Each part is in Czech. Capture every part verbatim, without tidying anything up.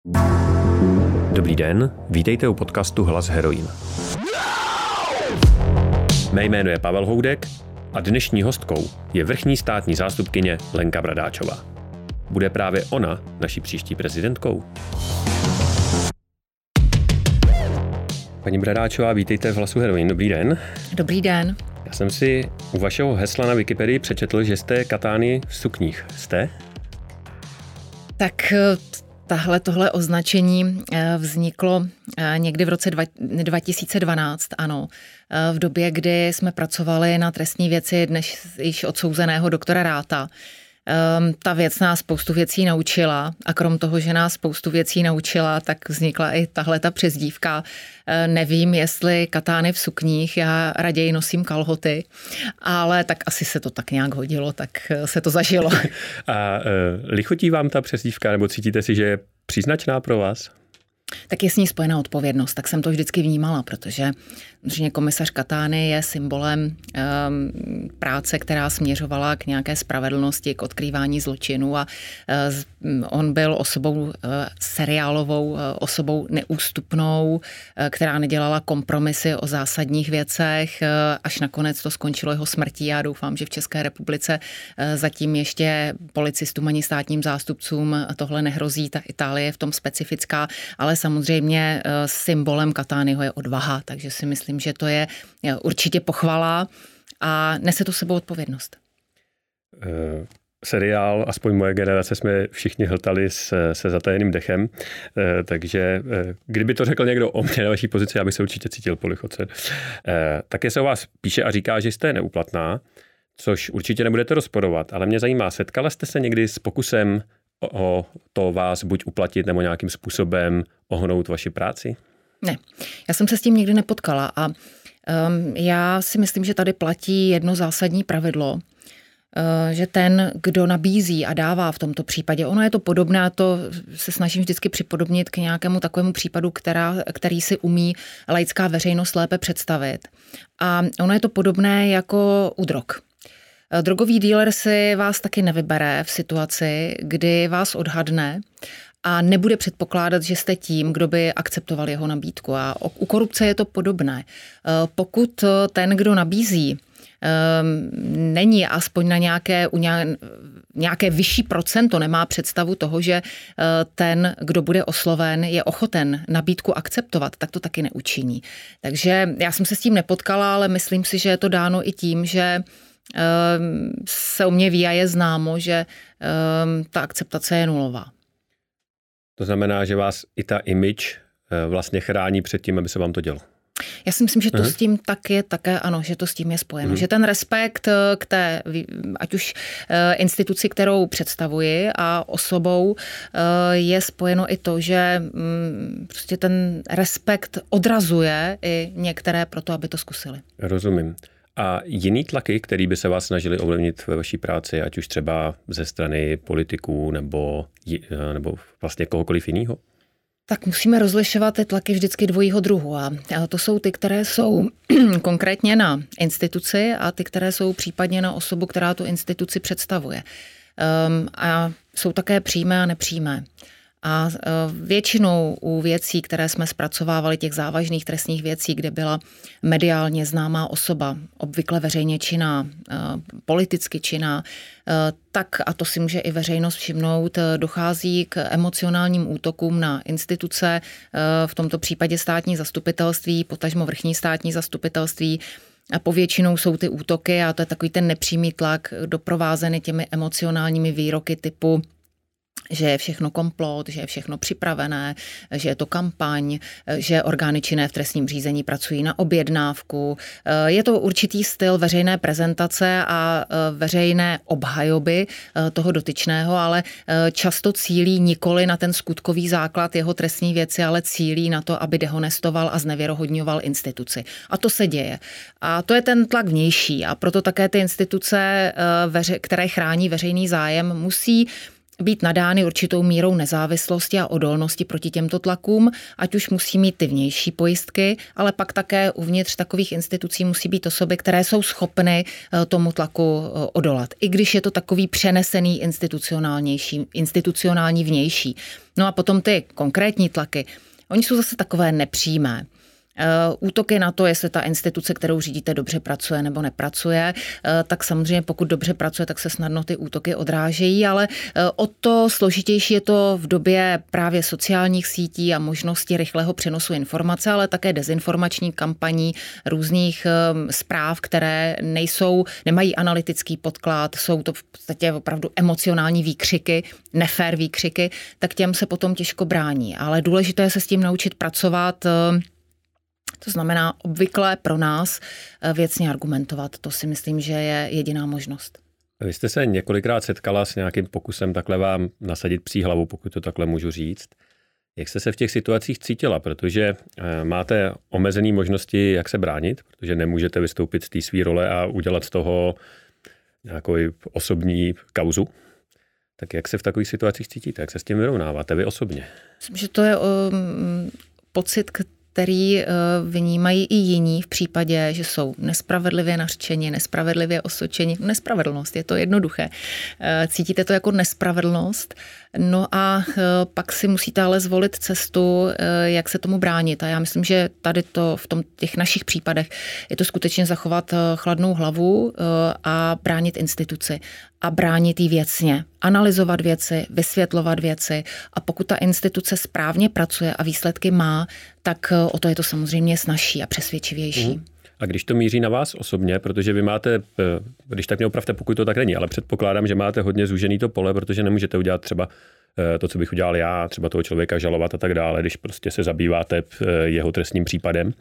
Dobrý den, vítejte u podcastu Hlas heroin. Mé jméno je Pavel Houdek a dnešní hostkou je vrchní státní zástupkyně Lenka Bradáčová. Bude právě ona naší příští prezidentkou? Paní Bradáčová, vítejte v Hlasu heroin. Dobrý den. Dobrý den. Já jsem si u vašeho hesla na Wikipedii přečetl, že jste katány v sukních. Jste? Tak tahle, tohle označení vzniklo někdy v roce dva tisíce dvanáct, ano. V době, kdy jsme pracovali na trestní věci dnes již odsouzeného doktora Ráta. Ta věc nás spoustu věcí naučila a krom toho, že nás spoustu věcí naučila, tak vznikla i tahle ta přezdívka. Nevím, jestli katány v sukních, já raději nosím kalhoty, ale tak asi se to tak nějak hodilo, tak se to zažilo. A uh, lichotí vám ta přezdívka, nebo cítíte si, že je příznačná pro vás? Tak je s ní spojená odpovědnost, tak jsem to vždycky vnímala, protože že komisař Katány je symbolem um, práce, která směřovala k nějaké spravedlnosti, k odkrývání zločinu a uh, on byl osobou uh, seriálovou, uh, osobou neústupnou, uh, která nedělala kompromisy o zásadních věcech, uh, až nakonec to skončilo jeho smrtí. Já doufám, že v České republice uh, zatím ještě policistům ani státním zástupcům tohle nehrozí, ta Itálie je v tom specifická, ale samozřejmě uh, symbolem Katányho je odvaha, takže si myslím, že to je určitě pochvala a nese to sebou odpovědnost. Uh, seriál, aspoň moje generace, jsme všichni hltali se, se zatajeným dechem, uh, takže uh, kdyby to řekl někdo o mě na vaší pozici, já bych se určitě cítil polichoce. Uh, také se o vás píše a říká, že jste neúplatná, což určitě nebudete rozporovat, ale mě zajímá, setkala jste se někdy s pokusem o, o to vás buď uplatit nebo nějakým způsobem ohnout vaši práci? Ne, já jsem se s tím nikdy nepotkala a um, já si myslím, že tady platí jedno zásadní pravidlo, uh, že ten, kdo nabízí a dává v tomto případě, ono je to podobné, a to se snažím vždycky připodobnit k nějakému takovému případu, která, který si umí laická veřejnost lépe představit. A ono je to podobné jako u drog. Drogový dealer si vás taky nevybere v situaci, kdy vás odhadne a nebude předpokládat, že jste tím, kdo by akceptoval jeho nabídku. A u korupce je to podobné. Pokud ten, kdo nabízí, není aspoň na nějaké, nějaké vyšší procento, nemá představu toho, že ten, kdo bude osloven, je ochoten nabídku akceptovat, tak to taky neučiní. Takže já jsem se s tím nepotkala, ale myslím si, že je to dáno i tím, že se o mě ví a je známo, že ta akceptace je nulová. To znamená, že vás i ta image vlastně chrání před tím, aby se vám to dělo. Já si myslím, že to uh-huh. s tím tak je také, ano, že to s tím je spojeno. Uh-huh. Že ten respekt k té, ať už instituci, kterou představuji a osobou, je spojeno i to, že prostě ten respekt odrazuje i některé pro to, aby to zkusili. Rozumím. A jiný tlaky, který by se vás snažili ovlivnit ve vaší práci, ať už třeba ze strany politiků nebo, nebo vlastně kohokoliv jiného? Tak musíme rozlišovat ty tlaky vždycky dvojího druhu. A to jsou ty, které jsou konkrétně na instituci a ty, které jsou případně na osobu, která tu instituci představuje. Um, a jsou také přímé a nepřímé. A většinou u věcí, které jsme zpracovávali, těch závažných trestních věcí, kde byla mediálně známá osoba, obvykle veřejně činná, politicky činná, tak, a to si může i veřejnost všimnout, dochází k emocionálním útokům na instituce, v tomto případě státní zastupitelství, potažmo vrchní státní zastupitelství. A povětšinou jsou ty útoky, a to je takový ten nepřímý tlak, doprovázeny těmi emocionálními výroky typu, že je všechno komplot, že je všechno připravené, že je to kampaň, že orgány činné v trestním řízení pracují na objednávku. Je to určitý styl veřejné prezentace a veřejné obhajoby toho dotyčného, ale často cílí nikoli na ten skutkový základ jeho trestní věci, ale cílí na to, aby dehonestoval a znevěrohodňoval instituci. A to se děje. A to je ten tlak vnější a proto také ty instituce, které chrání veřejný zájem, musí být nadány určitou mírou nezávislosti a odolnosti proti těmto tlakům, ať už musí mít ty vnější pojistky, ale pak také uvnitř takových institucí musí být osoby, které jsou schopny tomu tlaku odolat. I když je to takový přenesený institucionálnější, institucionální vnější. No a potom ty konkrétní tlaky, oni jsou zase takové nepřímé. Útoky na to, jestli ta instituce, kterou řídíte, dobře pracuje nebo nepracuje, tak samozřejmě pokud dobře pracuje, tak se snadno ty útoky odrážejí, ale o to složitější je to v době právě sociálních sítí a možnosti rychlého přenosu informace, ale také dezinformační kampaní, různých zpráv, které nejsou, nemají analytický podklad, jsou to v podstatě opravdu emocionální výkřiky, nefér výkřiky, tak těm se potom těžko brání. Ale důležité je se s tím naučit pracovat. To znamená obvykle pro nás věcně argumentovat. To si myslím, že je jediná možnost. Vy jste se několikrát setkala s nějakým pokusem takhle vám nasadit psí hlavu, pokud to takhle můžu říct. Jak jste se v těch situacích cítila? Protože máte omezené možnosti, jak se bránit, protože nemůžete vystoupit z té své role a udělat z toho nějakou osobní kauzu. Tak jak se v takových situacích cítíte? Jak se s tím vyrovnáváte vy osobně? Myslím, že to je um, pocit, který vnímají i jiní v případě, že jsou nespravedlivě nařčeni, nespravedlivě osočeni. Nespravedlnost, je to jednoduché. Cítíte to jako nespravedlnost, no a pak si musíte ale zvolit cestu, jak se tomu bránit. A já myslím, že tady to v tom, těch našich případech je to skutečně zachovat chladnou hlavu a bránit instituci. A bránit jí věcně, analyzovat věci, vysvětlovat věci a pokud ta instituce správně pracuje a výsledky má, tak o to je to samozřejmě snazší a přesvědčivější. Mm. A když to míří na vás osobně, protože vy máte, když tak mě opravte, pokud to tak není, ale předpokládám, že máte hodně zúžený to pole, protože nemůžete udělat třeba to, co bych udělal já, třeba toho člověka žalovat a tak dále, když prostě se zabýváte jeho trestním případem,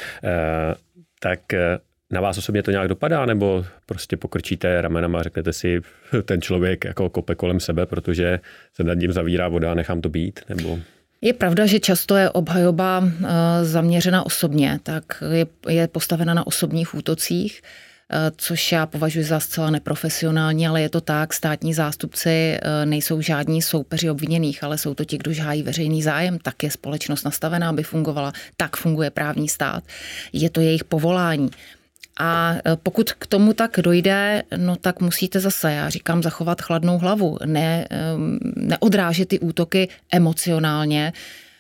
tak na vás osobně to nějak dopadá, nebo prostě pokrčíte ramenama a řeknete si, ten člověk jako kope kolem sebe, protože se nad ním zavírá voda, nechám to být, nebo... Je pravda, že často je obhajoba zaměřena osobně, tak je, je postavena na osobních útocích, což já považuji za zcela neprofesionální, ale je to tak, státní zástupci nejsou žádní soupeři obviněných, ale jsou to ti, kdo hájí veřejný zájem, tak je společnost nastavená, aby fungovala, tak funguje právní stát, je to jejich povolání. A pokud k tomu tak dojde, no tak musíte zase, já říkám, zachovat chladnou hlavu, ne, neodrážet ty útoky emocionálně,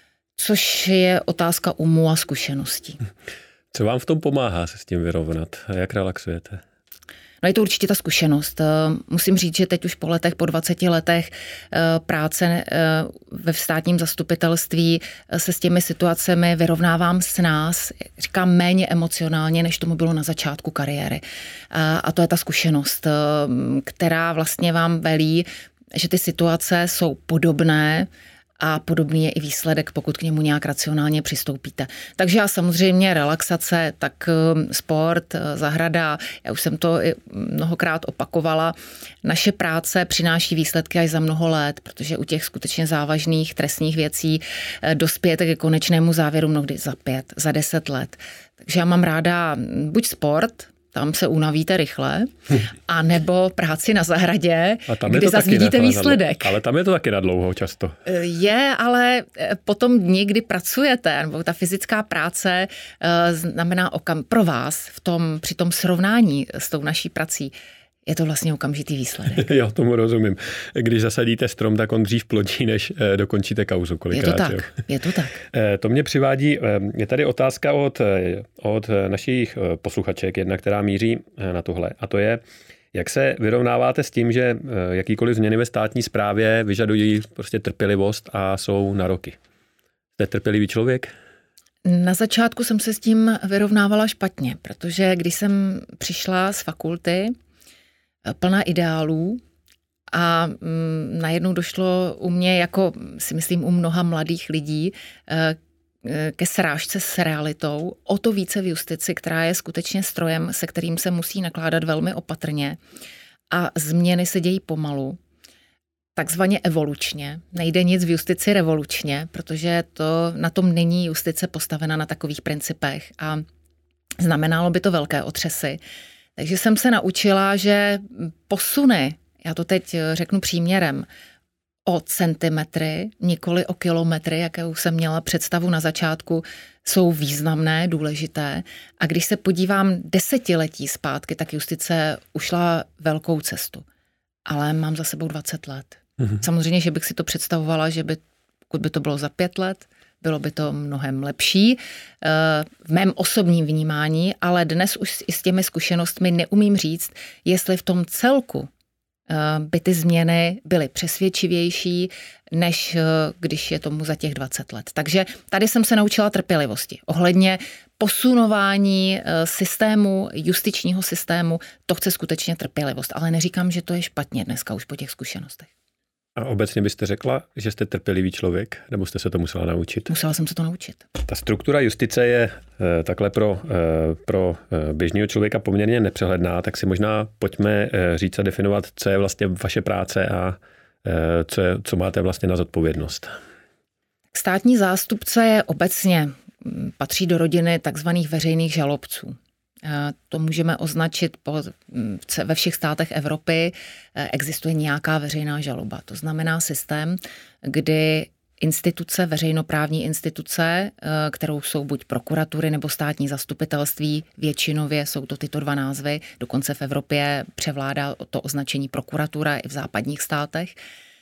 což je otázka umu a zkušeností. Co vám v tom pomáhá se s tím vyrovnat? Jak relaxujete? No je to určitě ta zkušenost. Musím říct, že teď už po letech, po dvaceti letech práce ve státním zastupitelství se s těmi situacemi vyrovnávám s nás, říkám méně emocionálně, než tomu bylo na začátku kariéry. A to je ta zkušenost, která vlastně vám velí, že ty situace jsou podobné, a podobný je i výsledek, pokud k němu nějak racionálně přistoupíte. Takže a samozřejmě relaxace, tak sport, zahrada, já už jsem to mnohokrát opakovala, naše práce přináší výsledky až za mnoho let, protože u těch skutečně závažných trestních věcí dospějete ke konečnému závěru mnohdy za pět, za deset let. Takže já mám ráda buď sport, tam se unavíte rychle, a nebo práci na zahradě, kdy zase vidíte výsledek. Ale tam je to taky na dlouho často. Je, ale potom dní, kdy pracujete, nebo ta fyzická práce znamená okam pro vás v tom, při tom srovnání s tou naší prací. Je to vlastně okamžitý výsledek. Já tomu rozumím. Když zasadíte strom, tak on dřív plodí, než dokončíte kauzu kolikrát. Je to tak, jo. je to tak. To mě přivádí, je tady otázka od, od našich posluchaček, jedna, která míří na tohle. A to je, jak se vyrovnáváte s tím, že jakýkoliv změny ve státní správě vyžadují prostě trpělivost a jsou na roky. Jste trpělivý člověk? Na začátku jsem se s tím vyrovnávala špatně, protože když jsem přišla z fakulty, plná ideálů a mm, najednou došlo u mě, jako si myslím u mnoha mladých lidí, ke srážce s realitou, o to více v justici, která je skutečně strojem, se kterým se musí nakládat velmi opatrně a změny se dějí pomalu, takzvaně evolučně. Nejde nic v justici revolučně, protože to, na tom není justice postavena na takových principech a znamenalo by to velké otřesy. Takže jsem se naučila, že posuny, já to teď řeknu příměrem, o centimetry, nikoli o kilometry, jakou jsem měla představu na začátku, jsou významné, důležité. A když se podívám desetiletí zpátky, tak justice ušla velkou cestu. Ale mám za sebou dvacet let. Mm-hmm. Samozřejmě, že bych si to představovala, že by, pokud by to bylo za pět let, bylo by to mnohem lepší v mém osobním vnímání, ale dnes už i s těmi zkušenostmi neumím říct, jestli v tom celku by ty změny byly přesvědčivější, než když je tomu za těch dvacet let. Takže tady jsem se naučila trpělivosti. Ohledně posunování systému, justičního systému, to chce skutečně trpělivost. Ale neříkám, že to je špatně dneska už po těch zkušenostech. A obecně byste řekla, že jste trpělivý člověk, nebo jste se to musela naučit? Musela jsem se to naučit. Ta struktura justice je e, takhle pro, e, pro běžného člověka poměrně nepřehledná, tak si možná pojďme e, říct a definovat, co je vlastně vaše práce a e, co, je, co máte vlastně na zodpovědnost. Státní zástupce je obecně, patří do rodiny takzvaných veřejných žalobců. To můžeme označit po, ve všech státech Evropy existuje nějaká veřejná žaloba. To znamená systém, kdy instituce, veřejnoprávní instituce, kterou jsou buď prokuratury nebo státní zastupitelství, většinově jsou to tyto dva názvy, dokonce v Evropě převládá to označení prokuratura i v západních státech,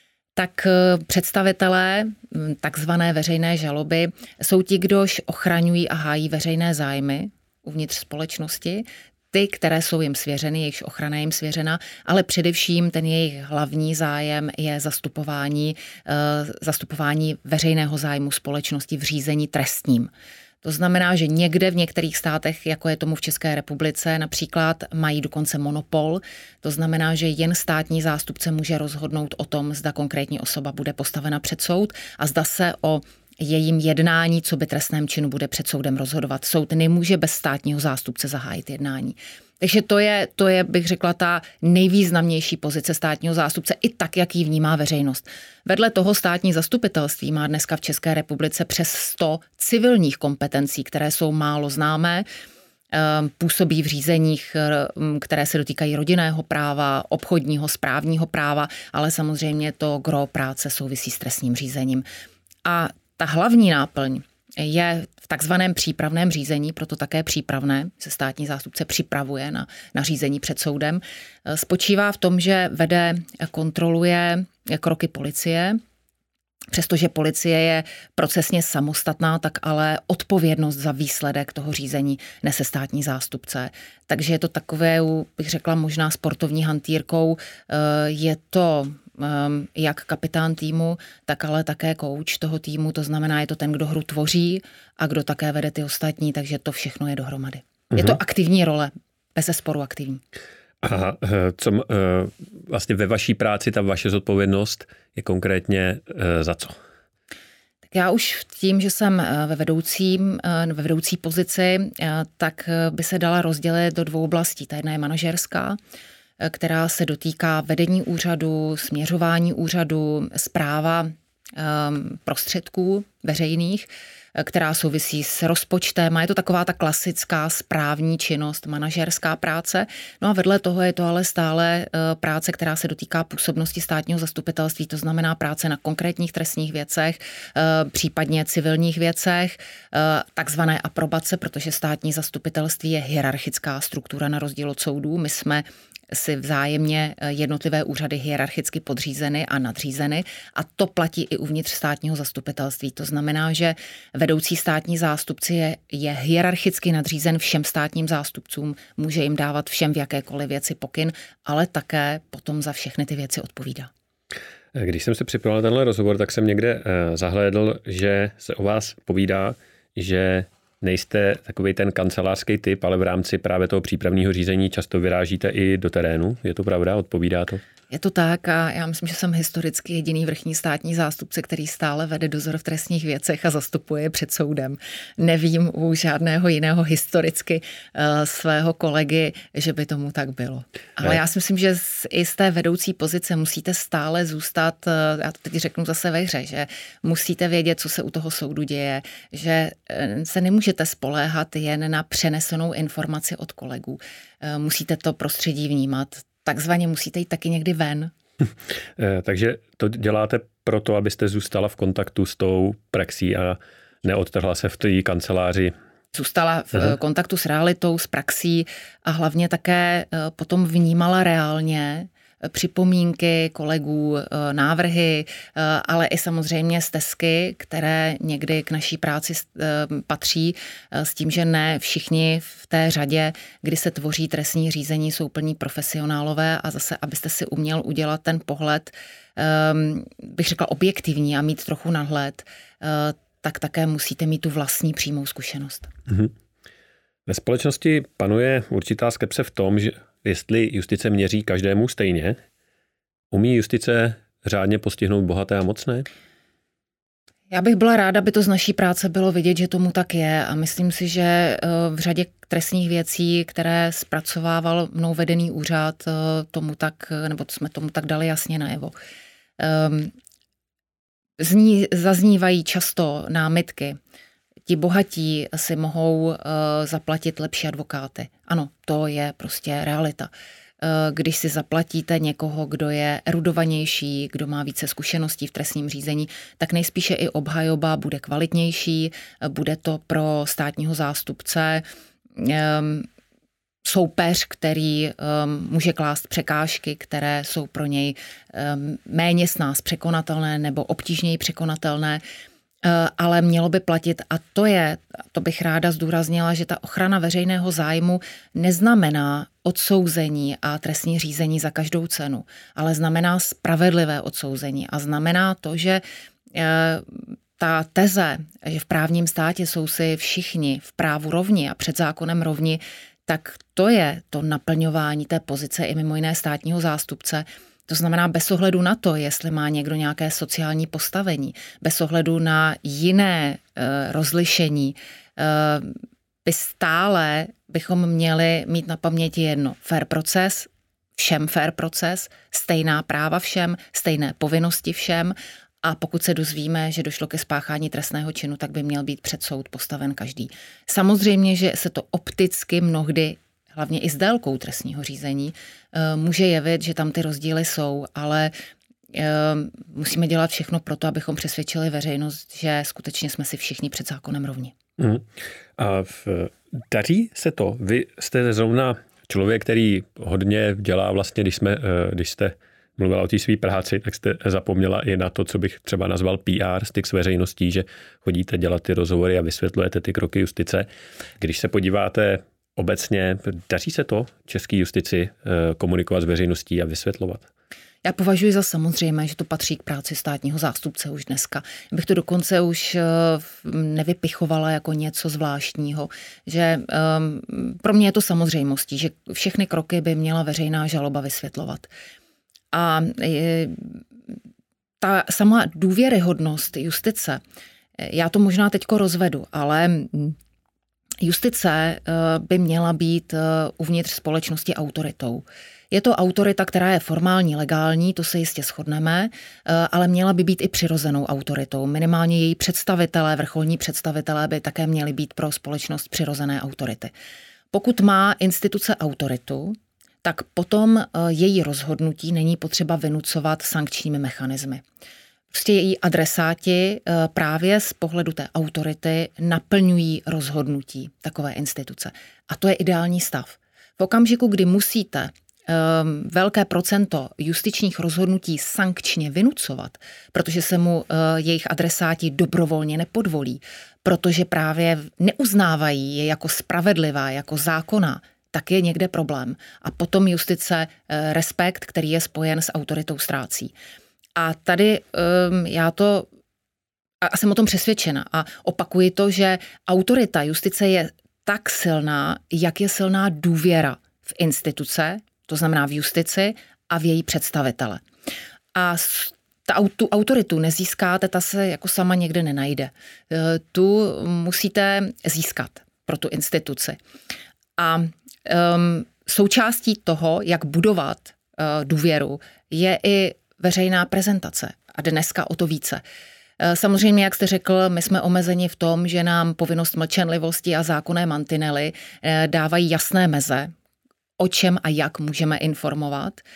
tak představitelé takzvané veřejné žaloby jsou ti, kdož ochraňují a hájí veřejné zájmy uvnitř společnosti, ty, které jsou jim svěřeny, jejichž ochrana je jim svěřena, ale především ten jejich hlavní zájem je zastupování, zastupování veřejného zájmu společnosti v řízení trestním. To znamená, že někde v některých státech, jako je tomu v České republice, například mají dokonce monopol. To znamená, že jen státní zástupce může rozhodnout o tom, zda konkrétní osoba bude postavena před soud a zda se o jejím jednání, co by trestném činu bude před soudem rozhodovat. Soud nemůže bez státního zástupce zahájit jednání. Takže to je, to je, bych řekla, ta nejvýznamnější pozice státního zástupce, i tak, jak ji vnímá veřejnost. Vedle toho státní zastupitelství má dneska v České republice přes sto civilních kompetencí, které jsou málo známé, působí v řízeních, které se dotýkají rodinného práva, obchodního, správního práva, ale samozřejmě to gro práce souvisí s trestním řízením. A ta hlavní náplň je v takzvaném přípravném řízení, proto také přípravné, se státní zástupce připravuje na, na řízení před soudem, spočívá v tom, že vede, kontroluje kroky policie. Přestože policie je procesně samostatná, tak ale odpovědnost za výsledek toho řízení nese státní zástupce. Takže je to takové, bych řekla, možná sportovní hantýrkou. Je to jak kapitán týmu, tak ale také kouč toho týmu, to znamená, je to ten, kdo hru tvoří a kdo také vede ty ostatní, takže to všechno je dohromady. Mhm. Je to aktivní role, bezesporu aktivní. A co vlastně ve vaší práci, ta vaše zodpovědnost je konkrétně za co? Tak já už tím, že jsem ve vedoucí, ve vedoucí pozici, tak by se dala rozdělit do dvou oblastí. Ta jedna je manažerská, která se dotýká vedení úřadu, směřování úřadu, správa prostředků veřejných, která souvisí s rozpočtem a je to taková ta klasická správní činnost, manažerská práce. No a vedle toho je to ale stále práce, která se dotýká působnosti státního zastupitelství, to znamená práce na konkrétních trestních věcech, případně civilních věcech, takzvané aprobace, protože státní zastupitelství je hierarchická struktura na rozdíl od soudů. My jsme si vzájemně jednotlivé úřady hierarchicky podřízeny a nadřízeny a to platí i uvnitř státního zastupitelství. To znamená, že vedoucí státní zástupci je, je hierarchicky nadřízen všem státním zástupcům, může jim dávat všem v jakékoliv věci pokyn, ale také potom za všechny ty věci odpovídá. Když jsem se připravil na tenhle rozhovor, tak jsem někde zahlédl, že se o vás povídá, že nejste takový ten kancelářský typ, ale v rámci právě toho přípravného řízení často vyrážíte i do terénu. Je to pravda? Odpovídá to? Je to tak a já myslím, že jsem historicky jediný vrchní státní zástupce, který stále vede dozor v trestních věcech a zastupuje před soudem. Nevím u žádného jiného historicky uh, svého kolegy, že by tomu tak bylo. Ale ne. Já si myslím, že z, i z té vedoucí pozice musíte stále zůstat, uh, já to teď řeknu zase ve hře, že musíte vědět, co se u toho soudu děje, že uh, se nemůžete spoléhat jen na přenesenou informaci od kolegů. Uh, musíte to prostředí vnímat. Takzvaně musíte jít taky někdy ven Takže to děláte proto, abyste zůstala v kontaktu s tou praxí a neodtrhla se v té kanceláři? Zůstala v Aha. kontaktu s realitou, s praxí a hlavně také potom vnímala reálně připomínky kolegů, návrhy, ale i samozřejmě stesky, které někdy k naší práci patří, s tím, že ne všichni v té řadě, kdy se tvoří trestní řízení, jsou plní profesionálové a zase, abyste si uměl udělat ten pohled, bych řekla objektivní a mít trochu nadhled, tak také musíte mít tu vlastní přímou zkušenost. Mhm. Ve společnosti panuje určitá skepse v tom, že jestli justice měří každému stejně, umí justice řádně postihnout bohaté a mocné? Já bych byla ráda, aby to z naší práce bylo vidět, že tomu tak je a myslím si, že v řadě trestních věcí, které zpracovával mnou vedený úřad, tomu tak, nebo jsme tomu tak dali jasně najevo. Zní, zaznívají často námitky. Ti bohatí si mohou uh, zaplatit lepší advokáty. Ano, to je prostě realita. Uh, když si zaplatíte někoho, kdo je erudovanější, kdo má více zkušeností v trestním řízení, tak nejspíše i obhajoba bude kvalitnější, uh, bude to pro státního zástupce um, soupeř, který um, může klást překážky, které jsou pro něj um, méně s nás překonatelné nebo obtížněji překonatelné, uh, ale mělo by platit, a to je, to bych ráda zdůraznila, že ta ochrana veřejného zájmu neznamená odsouzení a trestní řízení za každou cenu, ale znamená spravedlivé odsouzení a znamená to, že uh, ta teze, že v právním státě jsou si všichni v právu rovni a před zákonem rovni, tak to je to naplňování té pozice i mimo jiné státního zástupce. To znamená bez ohledu na to, jestli má někdo nějaké sociální postavení, bez ohledu na jiné e, rozlišení, e, by stále bychom měli mít na paměti jedno. Fair proces, všem fair proces, stejná práva všem, stejné povinnosti všem. A pokud se dozvíme, že došlo ke spáchání trestného činu, tak by měl být před soud postaven každý. Samozřejmě, že se to opticky mnohdy, hlavně i s délkou trestního řízení, může jevit, že tam ty rozdíly jsou, ale musíme dělat všechno pro to, abychom přesvědčili veřejnost, že skutečně jsme si všichni před zákonem rovni. Mm. A v, daří se to? Vy jste zrovna člověk, který hodně dělá vlastně, když, jsme, když jste mluvila o té své práci, tak jste zapomněla i na to, co bych třeba nazval P R, styk s veřejností, že chodíte dělat ty rozhovory a vysvětlujete ty kroky justice. Když se podíváte obecně, daří se to české justici komunikovat s veřejností a vysvětlovat? Já považuji za samozřejmé, že to patří k práci státního zástupce už dneska. Bych to dokonce už nevypichovala jako něco zvláštního, že um, pro mě je to samozřejmostí, že všechny kroky by měla veřejná žaloba vysvětlovat. A ta sama důvěryhodnost justice, já to možná teďko rozvedu, ale justice by měla být uvnitř společnosti autoritou. Je to autorita, která je formální, legální, to se jistě shodneme, ale měla by být i přirozenou autoritou. Minimálně její představitelé, vrcholní představitelé by také měli být pro společnost přirozené autority. Pokud má instituce autoritu, tak potom její rozhodnutí není potřeba vynucovat sankčními mechanismy. Prostě její adresáti právě z pohledu té autority naplňují rozhodnutí takové instituce. A to je ideální stav. V okamžiku, kdy musíte velké procento justičních rozhodnutí sankčně vynucovat, protože se mu jejich adresáti dobrovolně nepodvolí, protože právě neuznávají je jako spravedlivá, jako zákonná, tak je někde problém. A potom justice respekt, který je spojen s autoritou, ztrácí. A tady um, já to, a jsem o tom přesvědčena a opakuji to, že autorita justice je tak silná, jak je silná důvěra v instituce, to znamená v justici a v její představitele. A ta, tu autoritu nezískáte, ta se jako sama někde nenajde. Tu musíte získat pro tu instituci. A um, součástí toho, jak budovat uh, důvěru, je i veřejná prezentace. A dneska o to více. Samozřejmě, jak jste řekl, my jsme omezeni v tom, že nám povinnost mlčenlivosti a zákonné mantinely dávají jasné meze, o čem a jak můžeme informovat.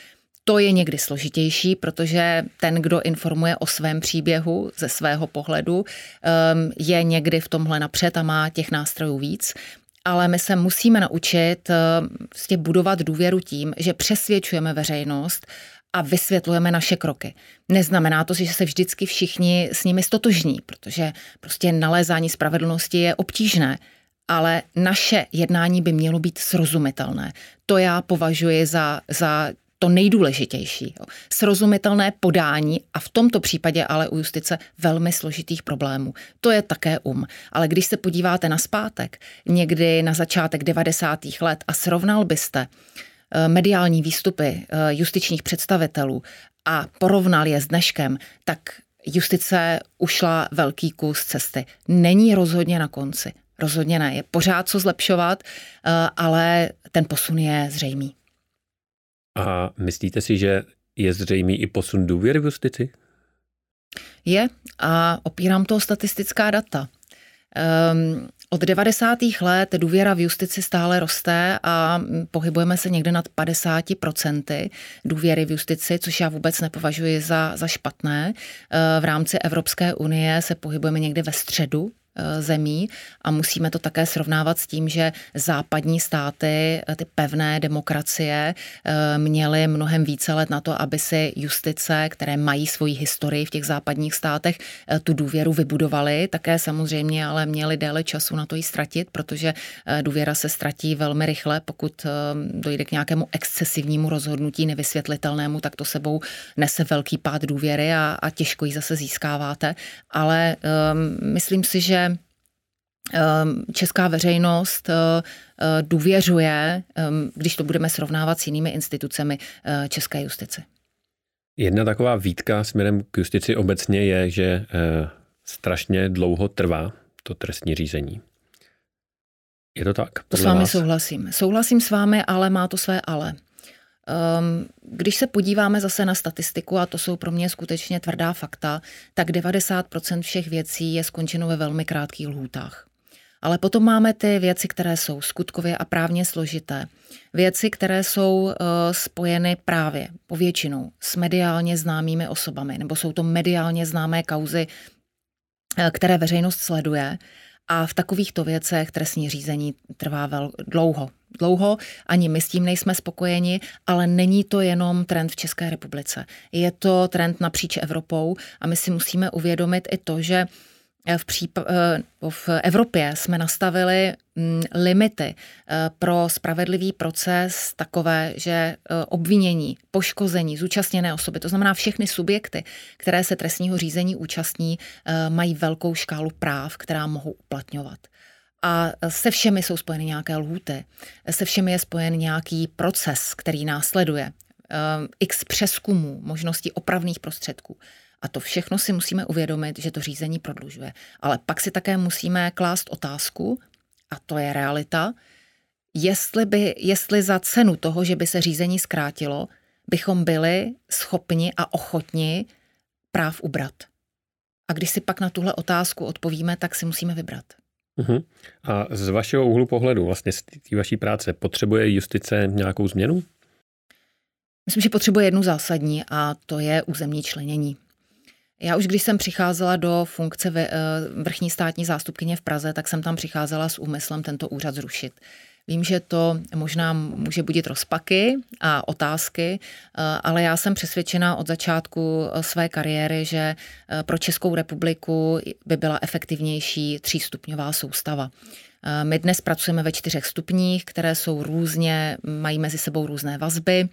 To je někdy složitější, protože ten, kdo informuje o svém příběhu ze svého pohledu, je někdy v tomhle napřed a má těch nástrojů víc. Ale my se musíme naučit vlastně budovat důvěru tím, že přesvědčujeme veřejnost a vysvětlujeme naše kroky. Neznamená to, že se vždycky všichni s nimi stotožní, protože prostě nalézání spravedlnosti je obtížné, ale naše jednání by mělo být srozumitelné. To já považuji za, za to nejdůležitější. Jo. Srozumitelné podání a v tomto případě ale u justice velmi složitých problémů. To je také um. Ale když se podíváte na zpátek, někdy na začátek devadesátých let a srovnal byste mediální výstupy justičních představitelů a porovnal je s dneškem, tak justice ušla velký kus cesty. Není rozhodně na konci. Rozhodně ne. Je pořád co zlepšovat, ale ten posun je zřejmý. A myslíte si, že je zřejmý i posun důvěry v justici? Je a opírám to statistická data. Um, od devadesátých let důvěra v justici stále roste a pohybujeme se někde nad padesát procent důvěry v justici, což já vůbec nepovažuji za, za špatné. V rámci Evropské unie se pohybujeme někde ve středu zemí a musíme to také srovnávat s tím, že západní státy, ty pevné demokracie, měly mnohem více let na to, aby si justice, které mají svoji historii v těch západních státech, tu důvěru vybudovaly. Také samozřejmě ale měli déle času na to ji ztratit, protože důvěra se ztratí velmi rychle, pokud dojde k nějakému excesivnímu rozhodnutí nevysvětlitelnému, tak to sebou nese velký pád důvěry a, a těžko ji zase získáváte. Ale um, myslím si, že česká veřejnost důvěřuje, když to budeme srovnávat s jinými institucemi české justice. Jedna taková výtka směrem k justici obecně je, že strašně dlouho trvá to trestní řízení. Je to tak? To s vámi vás? souhlasím. Souhlasím s vámi, ale má to své ale. Když se podíváme zase na statistiku, a to jsou pro mě skutečně tvrdá fakta, tak devadesát procent všech věcí je skončeno ve velmi krátkých lhůtách. Ale potom máme ty věci, které jsou skutkově a právně složité. Věci, které jsou spojeny právě povětšinou s mediálně známými osobami, nebo jsou to mediálně známé kauzy, které veřejnost sleduje. A v takovýchto věcech trestní řízení trvá vel, dlouho. Dlouho, ani my s tím nejsme spokojeni, ale není to jenom trend v České republice. Je to trend napříč Evropou a my si musíme uvědomit i to, že v, příp- v Evropě jsme nastavili limity pro spravedlivý proces takové, že obvinění, poškození, zúčastněné osoby, to znamená všechny subjekty, které se trestního řízení účastní, mají velkou škálu práv, která mohou uplatňovat. A se všemi jsou spojeny nějaké lhůty, se všemi je spojen nějaký proces, který následuje, x přezkumů, možností opravných prostředků. A to všechno si musíme uvědomit, že to řízení prodlužuje. Ale pak si také musíme klást otázku, a to je realita, jestli, by, jestli za cenu toho, že by se řízení zkrátilo, bychom byli schopni a ochotni práv ubrat. A když si pak na tuhle otázku odpovíme, tak si musíme vybrat. Uhum. A z vašeho úhlu pohledu, vlastně z té vaší práce, potřebuje justice nějakou změnu? Myslím, že potřebuje jednu zásadní a to je územní členění. Já už když jsem přicházela do funkce vrchní státní zástupkyně v Praze, tak jsem tam přicházela s úmyslem tento úřad zrušit. Vím, že to možná může budit rozpaky a otázky, ale já jsem přesvědčena od začátku své kariéry, že pro Českou republiku by byla efektivnější třístupňová soustava. My dnes pracujeme ve čtyřech stupních, které jsou různě, mají mezi sebou různé vazby.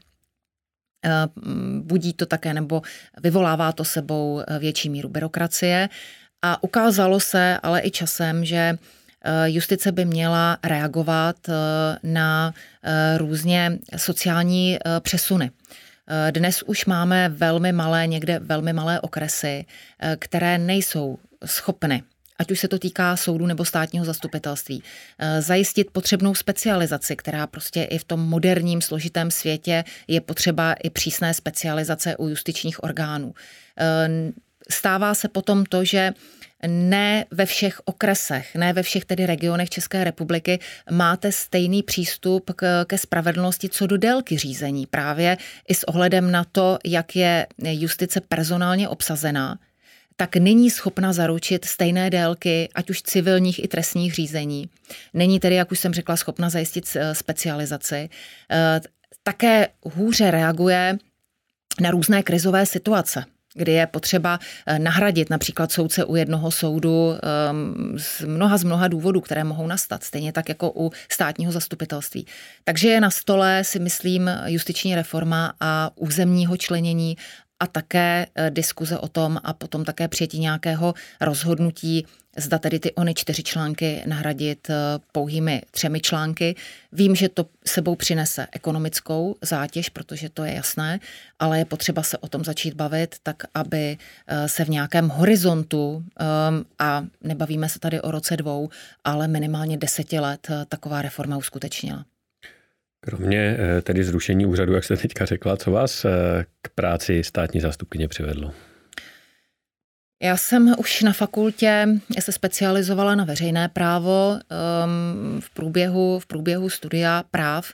Budí to také nebo vyvolává to sebou větší míru byrokracie a ukázalo se ale i časem, že justice by měla reagovat na různě sociální přesuny. Dnes už máme velmi malé, někde velmi malé okresy, které nejsou schopny, ať už se to týká soudu nebo státního zastupitelství, zajistit potřebnou specializaci, která prostě i v tom moderním složitém světě je potřeba i přísné specializace u justičních orgánů. Stává se potom to, že ne ve všech okresech, ne ve všech tedy regionech České republiky máte stejný přístup k, ke spravedlnosti co do délky řízení. Právě i s ohledem na to, jak je justice personálně obsazená, tak není schopna zaručit stejné délky, ať už civilních i trestních řízení. Není tedy, jak už jsem řekla, schopna zajistit specializaci. Také hůře reaguje na různé krizové situace, kdy je potřeba nahradit například soudce u jednoho soudu z mnoha z mnoha důvodů, které mohou nastat, stejně tak jako u státního zastupitelství. Takže je na stole, si myslím, justiční reforma a územního členění a také diskuze o tom a potom také přijetí nějakého rozhodnutí, zda tedy ty ony čtyři články nahradit pouhými třemi články. Vím, že to sebou přinese ekonomickou zátěž, protože to je jasné, ale je potřeba se o tom začít bavit, tak aby se v nějakém horizontu, a nebavíme se tady o roce dvou, ale minimálně deseti let, taková reforma uskutečnila. Kromě tedy zrušení úřadu, jak jste teďka řekla, co vás k práci státní zástupkyně přivedlo? Já jsem už na fakultě se specializovala na veřejné právo v průběhu, v průběhu studia práv.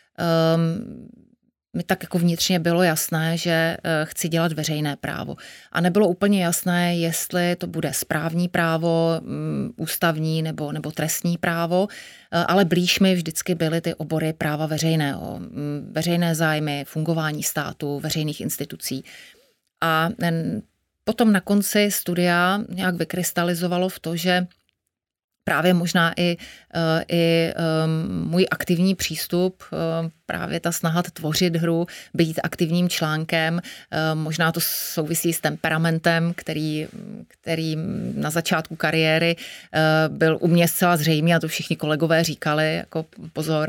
Mi tak jako vnitřně bylo jasné, že chci dělat veřejné právo. A nebylo úplně jasné, jestli to bude správní právo, ústavní nebo, nebo trestní právo, ale blíž mi vždycky byly ty obory práva veřejného. Veřejné zájmy, fungování státu, veřejných institucí. A potom na konci studia nějak vykrystalizovalo v to, že právě možná i, i můj aktivní přístup, právě ta snaha tvořit hru, být aktivním článkem, možná to souvisí s temperamentem, který, který na začátku kariéry byl u mě zcela zřejmý a to všichni kolegové říkali, jako pozor,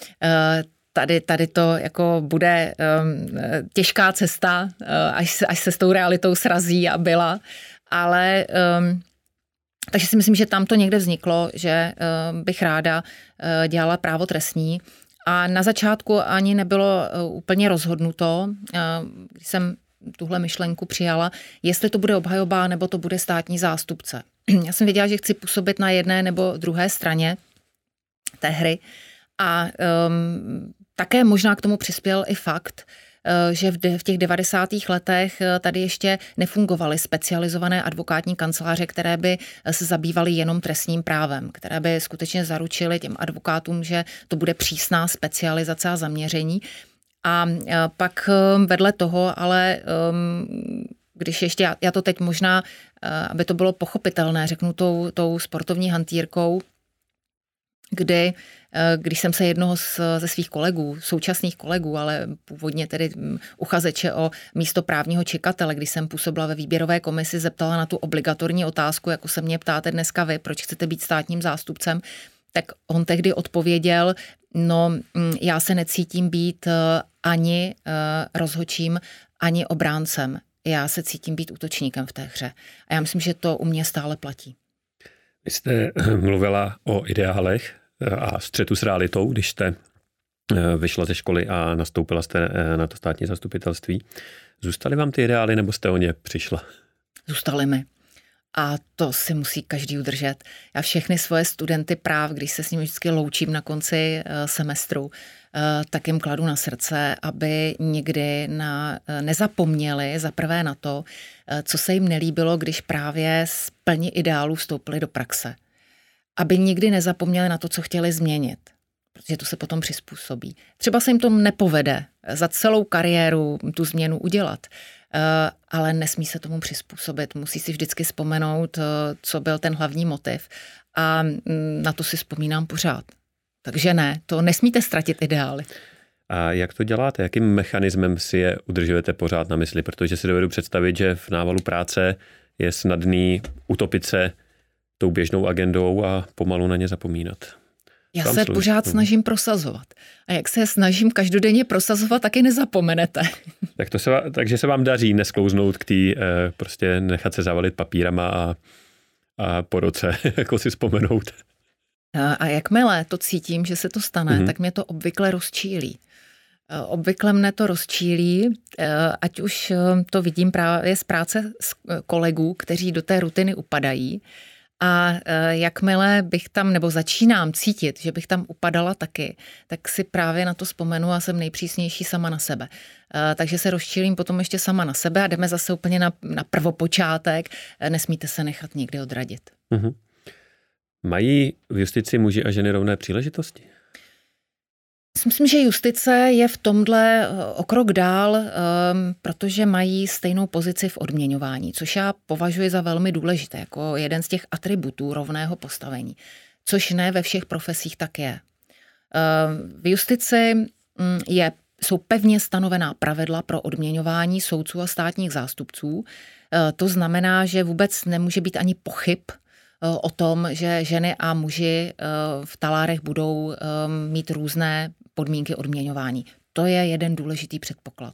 Tady, tady to jako bude um, těžká cesta, uh, až, až se s tou realitou srazí a byla, ale um, takže si myslím, že tam to někde vzniklo, že uh, bych ráda uh, dělala právo trestní a na začátku ani nebylo uh, úplně rozhodnuto, uh, když jsem tuhle myšlenku přijala, jestli to bude obhajoba nebo to bude státní zástupce. Já jsem věděla, že chci působit na jedné nebo druhé straně té hry a um, také možná k tomu přispěl i fakt, že v těch devadesátých letech tady ještě nefungovaly specializované advokátní kanceláře, které by se zabývaly jenom trestním právem, které by skutečně zaručily těm advokátům, že to bude přísná specializace a zaměření. A pak vedle toho, ale když ještě, já to teď možná, aby to bylo pochopitelné, řeknu tou, tou sportovní hantýrkou, kdy, když jsem se jednoho z, ze svých kolegů, současných kolegů, ale původně tedy uchazeče o místo právního čekatele, když jsem působila ve výběrové komisi, zeptala na tu obligatorní otázku, jako se mě ptáte dneska vy, proč chcete být státním zástupcem, tak on tehdy odpověděl, no já se necítím být ani rozhodčím, ani obráncem. Já se cítím být útočníkem v té hře. A já myslím, že to u mě stále platí. Vy jste mluvila o ideálech a střetu s realitou, když jste vyšla ze školy a nastoupila jste na to státní zastupitelství. Zůstaly vám ty ideály, nebo jste o ně přišla? Zůstaly mi. A to si musí každý udržet. Já všechny svoje studenty práv, když se s nimi vždycky loučím na konci semestru, tak jim kladu na srdce, aby nikdy na, nezapomněli za prvé na to, co se jim nelíbilo, když právě z plně ideálů vstoupili do praxe. Aby nikdy nezapomněli na to, co chtěli změnit, protože to se potom přizpůsobí. Třeba se jim to nepovede za celou kariéru tu změnu udělat, ale nesmí se tomu přizpůsobit. Musí si vždycky vzpomenout, co byl ten hlavní motiv a na to si vzpomínám pořád. Takže ne, to nesmíte ztratit ideály. A jak to děláte? Jakým mechanismem si je udržujete pořád na mysli? Protože si dovedu představit, že v návalu práce je snadný utopit se tou běžnou agendou a pomalu na ně zapomínat. Já se služ... pořád snažím prosazovat. A jak se snažím každodenně prosazovat, taky nezapomenete. Tak to se, takže se vám daří nesklouznout k tý, prostě nechat se zavalit papírama a, a po roce jako si vzpomenout. A jakmile to cítím, že se to stane, mm-hmm. tak mě to obvykle rozčílí. Obvykle mne to rozčílí, ať už to vidím právě z práce s kolegů, kteří do té rutiny upadají. A jakmile bych tam, nebo začínám cítit, že bych tam upadala taky, tak si právě na to vzpomenu a jsem nejpřísnější sama na sebe. Takže se rozčílím potom ještě sama na sebe a jdeme zase úplně na, na prvopočátek. Nesmíte se nechat nikdy odradit. Mm-hmm. Mají v justici muži a ženy rovné příležitosti? Myslím, že justice je v tomhle o krok dál, protože mají stejnou pozici v odměňování, což já považuji za velmi důležité, jako jeden z těch atributů rovného postavení, což ne ve všech profesích tak je. V justici je, jsou pevně stanovená pravidla pro odměňování soudců a státních zástupců. To znamená, že vůbec nemůže být ani pochyb o tom, že ženy a muži v talárech budou mít různé podmínky odměňování. To je jeden důležitý předpoklad.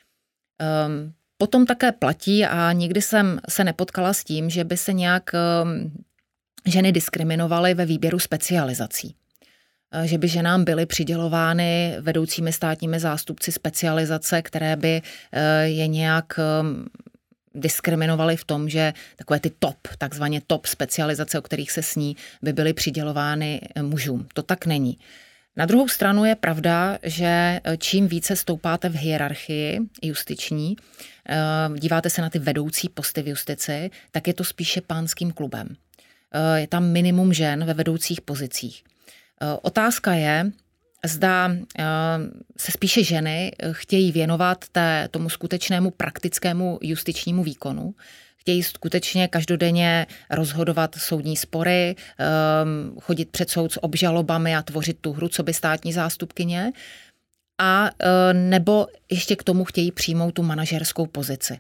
Potom také platí a nikdy jsem se nepotkala s tím, že by se nějak ženy diskriminovaly ve výběru specializací. Že by ženám byly přidělovány vedoucími státními zástupci specializace, které by je nějak diskriminovali v tom, že takové ty top, takzvaně top specializace, o kterých se sní, by byly přidělovány mužům. To tak není. Na druhou stranu je pravda, že čím více stoupáte v hierarchii justiční, díváte se na ty vedoucí posty v justici, tak je to spíše pánským klubem. Je tam minimum žen ve vedoucích pozicích. Otázka je, zda se spíše ženy chtějí věnovat té, tomu skutečnému praktickému justičnímu výkonu, chtějí skutečně každodenně rozhodovat soudní spory, chodit před soud s obžalobami a tvořit tu hru, co by státní zástupkyně, a nebo ještě k tomu chtějí přijmout tu manažerskou pozici.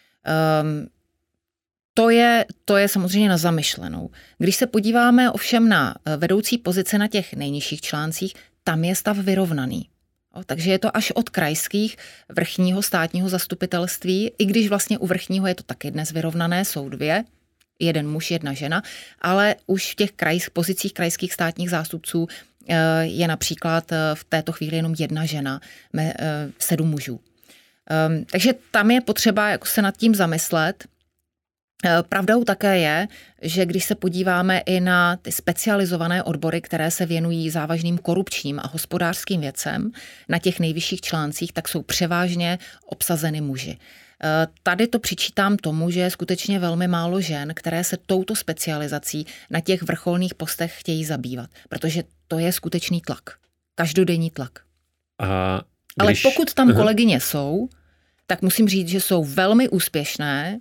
To je, to je samozřejmě na zamyšlenou. Když se podíváme ovšem na vedoucí pozice na těch nejnižších článcích, tam je stav vyrovnaný. O, takže je to až od krajských vrchního státního zastupitelství, i když vlastně u vrchního je to taky dnes vyrovnané, jsou dvě, jeden muž, jedna žena, ale už v těch krajských pozicích krajských státních zástupců je například v této chvíli jenom jedna žena, sedm mužů. Takže tam je potřeba jako se nad tím zamyslet. Pravdou také je, že když se podíváme i na ty specializované odbory, které se věnují závažným korupčním a hospodářským věcem na těch nejvyšších článcích, tak jsou převážně obsazeny muži. Tady to přičítám tomu, že je skutečně velmi málo žen, které se touto specializací na těch vrcholných postech chtějí zabývat, protože to je skutečný tlak, každodenní tlak. A když... Ale pokud tam kolegyně jsou, tak musím říct, že jsou velmi úspěšné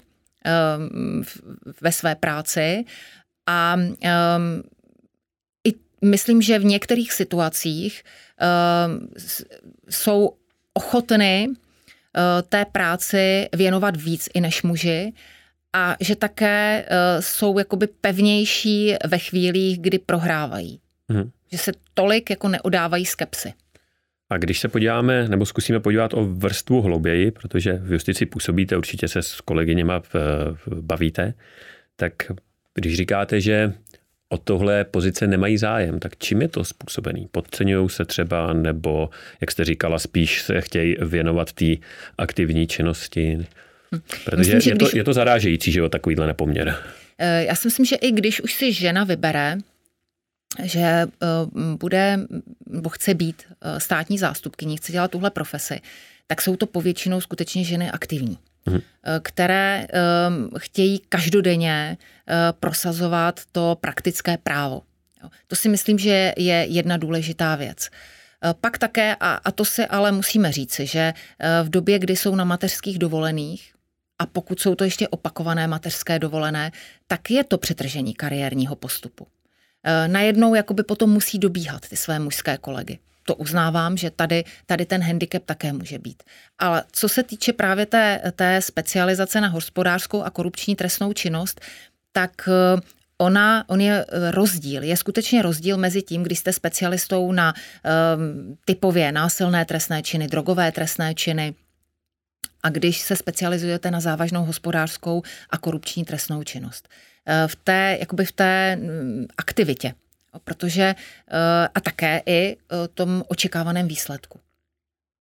ve své práci a um, i myslím, že v některých situacích um, jsou ochotny uh, té práci věnovat víc i než muži a že také uh, jsou jakoby pevnější ve chvílích, kdy prohrávají. Hmm. Že se tolik jako neodávají skepsi. A když se podíváme, nebo zkusíme podívat o vrstvu hlouběji, protože v justici působíte, určitě se s kolegyněma bavíte, tak když říkáte, že o tohle pozice nemají zájem, tak čím je to způsobený? Podceňují se třeba, nebo, jak jste říkala, spíš se chtějí věnovat té aktivní činnosti? Protože myslím, je, to, když... je to zarážející, že o takovýhle nepoměr. Já si myslím, že i když už si žena vybere, že bude, nebo chce být státní zástupkyní, chce dělat tuhle profesi, tak jsou to povětšinou skutečně ženy aktivní, hmm. které chtějí každodenně prosazovat to praktické právo. To si myslím, že je jedna důležitá věc. Pak také, a to si ale musíme říci, že v době, kdy jsou na mateřských dovolených, a pokud jsou to ještě opakované mateřské dovolené, tak je to přetržení kariérního postupu. Najednou jakoby potom musí dobíhat ty své mužské kolegy. To uznávám, že tady, tady ten handicap také může být. Ale co se týče právě té, té specializace na hospodářskou a korupční trestnou činnost, tak ona, on je rozdíl. Je skutečně rozdíl mezi tím, když jste specialistou na um, typově násilné trestné činy, drogové trestné činy, a když se specializujete na závažnou hospodářskou a korupční trestnou činnost. V té, jakoby v té aktivitě, protože a také i tom očekávaném výsledku.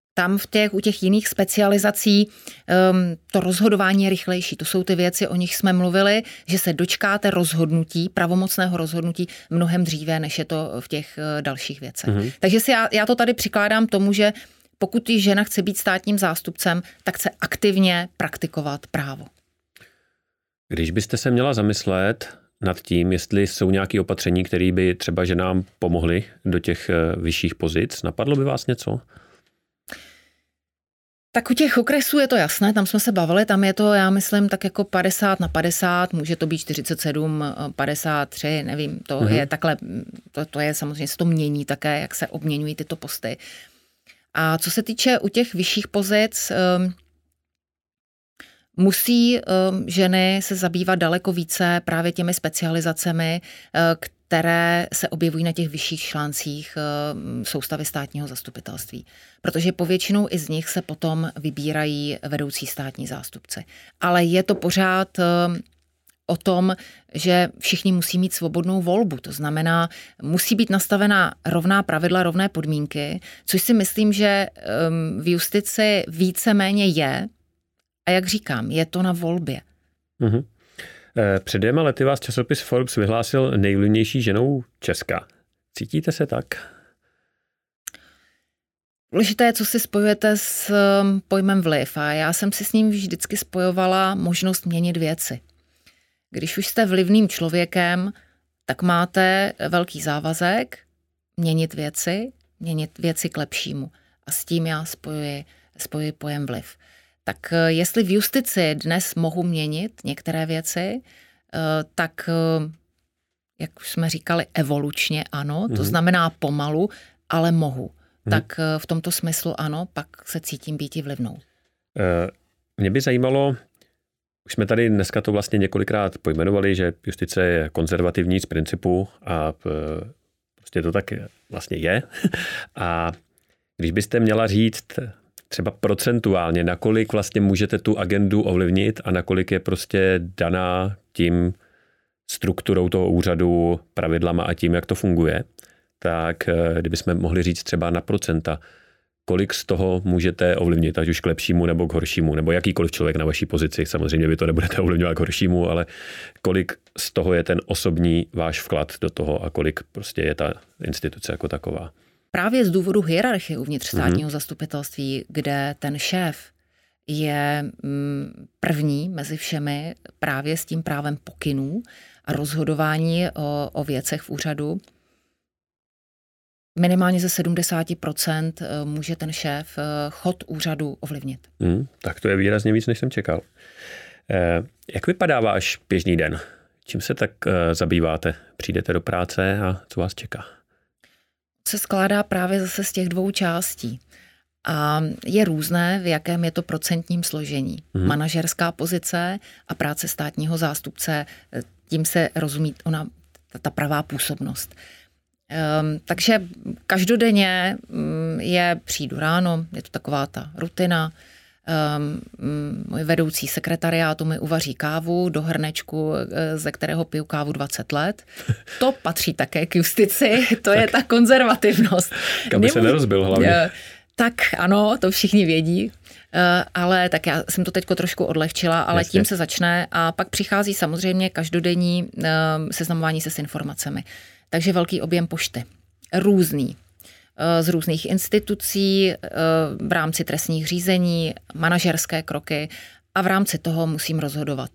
Tam v těch, u těch jiných specializací um, to rozhodování je rychlejší. To jsou ty věci, o nich jsme mluvili, že se dočkáte rozhodnutí, pravomocného rozhodnutí mnohem dříve, než je to v těch uh, dalších věcech. Mm-hmm. Takže si já, já to tady přikládám tomu, že pokud ji žena chce být státním zástupcem, tak chce aktivně praktikovat právo. Když byste se měla zamyslet nad tím, jestli jsou nějaké opatření, které by třeba ženám pomohly do těch vyšších pozic, napadlo by vás něco? Tak u těch okresů je to jasné, tam jsme se bavili, tam je to, já myslím, tak jako padesát na padesát, může to být čtyřicet sedm, padesát tři, nevím, to mm-hmm. je takhle, to, to je samozřejmě, se to mění také, jak se obměňují tyto posty. A co se týče u těch vyšších pozic, um, musí um, ženy se zabývat daleko více právě těmi specializacemi, uh, které se objevují na těch vyšších článcích uh, soustavy státního zastupitelství. Protože povětšinou i z nich se potom vybírají vedoucí státní zástupci. Ale je to pořád uh, o tom, že všichni musí mít svobodnou volbu. To znamená, musí být nastavená rovná pravidla, rovné podmínky, což si myslím, že um, v justici víceméně je. A jak říkám, je to na volbě. Mm-hmm. Před dvěma lety vás časopis Forbes vyhlásil nejvlivnější ženou Česka. Cítíte se tak? Důležité je, co si spojujete s pojmem vliv. A já jsem si s ním vždycky spojovala možnost měnit věci. Když už jste vlivným člověkem, tak máte velký závazek měnit věci, měnit věci k lepšímu. A s tím já spojuji, spojuji pojem vliv. Tak jestli v justici dnes mohu měnit některé věci, tak, jak už jsme říkali, evolučně ano, to znamená pomalu, ale mohu. Hmm. Tak v tomto smyslu ano, pak se cítím býti vlivnou. Mě by zajímalo, už jsme tady dneska to vlastně několikrát pojmenovali, že justice je konzervativní z principu a prostě to tak vlastně je. A když byste měla říct třeba procentuálně, nakolik vlastně můžete tu agendu ovlivnit a nakolik je prostě daná tím strukturou toho úřadu, pravidlama a tím, jak to funguje, tak kdybychom mohli říct třeba na procenta, kolik z toho můžete ovlivnit, ať už k lepšímu nebo k horšímu, nebo jakýkoliv člověk na vaší pozici, samozřejmě vy to nebudete ovlivňovat k horšímu, ale kolik z toho je ten osobní váš vklad do toho a kolik prostě je ta instituce jako taková. Právě z důvodu hierarchie uvnitř státního mm-hmm. zastupitelství, kde ten šéf je první mezi všemi právě s tím právem pokynů a rozhodování o, o věcech v úřadu, minimálně ze sedmdesát procent může ten šéf chod úřadu ovlivnit. Mm, tak to je výrazně víc, než jsem čekal. Eh, jak vypadá váš běžný den? Čím se tak eh, zabýváte? Přijdete do práce a co vás čeká? Se skládá právě zase z těch dvou částí. A je různé, v jakém je to procentním složení. Hmm. Manažerská pozice a práce státního zástupce, tím se rozumí ona, ta pravá působnost. Um, takže každodenně um, je přijdu ráno, je to taková ta rutina. Um, um, můj vedoucí sekretariátu mi uvaří kávu do hrnečku, ze kterého piju kávu dvacet let. To patří také k justici, to je ta konzervativnost. Aby se nerozbil hlavně. Tak ano, to všichni vědí, ale tak já jsem to teďko trošku odlehčila, ale Jasně. tím se začne a pak přichází samozřejmě každodenní seznamování se s informacemi. Takže velký objem pošty. Různý. Z různých institucí, v rámci trestních řízení, manažerské kroky a v rámci toho musím rozhodovat.